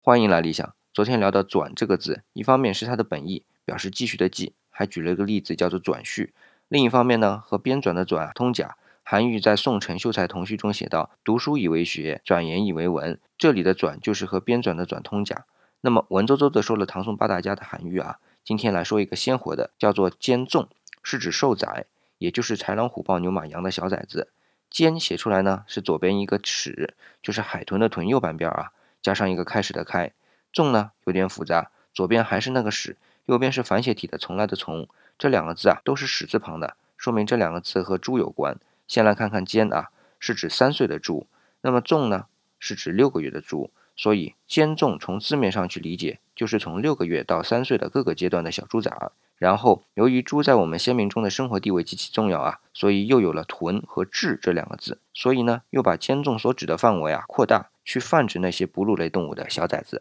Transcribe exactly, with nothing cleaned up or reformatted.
欢迎来理想。昨天聊到转这个字，一方面是它的本意，表示继续的继，还举了一个例子叫做转序。另一方面呢，和编转的转啊通假。韩愈在《宋陈秀才同序》中写道：读书以为学，转言以为文。这里的转就是和编转的转通假。那么文绉绉的说了唐宋八大家的韩愈啊，今天来说一个鲜活的，叫做监纵，是指受宰，也就是豺狼虎豹牛马羊的小崽子。监写出来呢是左边一个齿，就是海豚的豚右半边啊，加上一个开始的开。纵呢有点复杂，左边还是那个始，右边是繁写体的从来的从，这两个字啊都是始字旁的，说明这两个字和猪有关。先来看看监啊，是指三岁的猪，那么纵呢是指六个月的猪，所以监纵从字面上去理解，就是从六个月到三岁的各个阶段的小猪崽儿。然后由于猪在我们先民中的生活地位极其重要啊，所以又有了豚和雉这两个字，所以呢又把监纵所指的范围啊扩大，去泛指那些哺乳类动物的小崽子。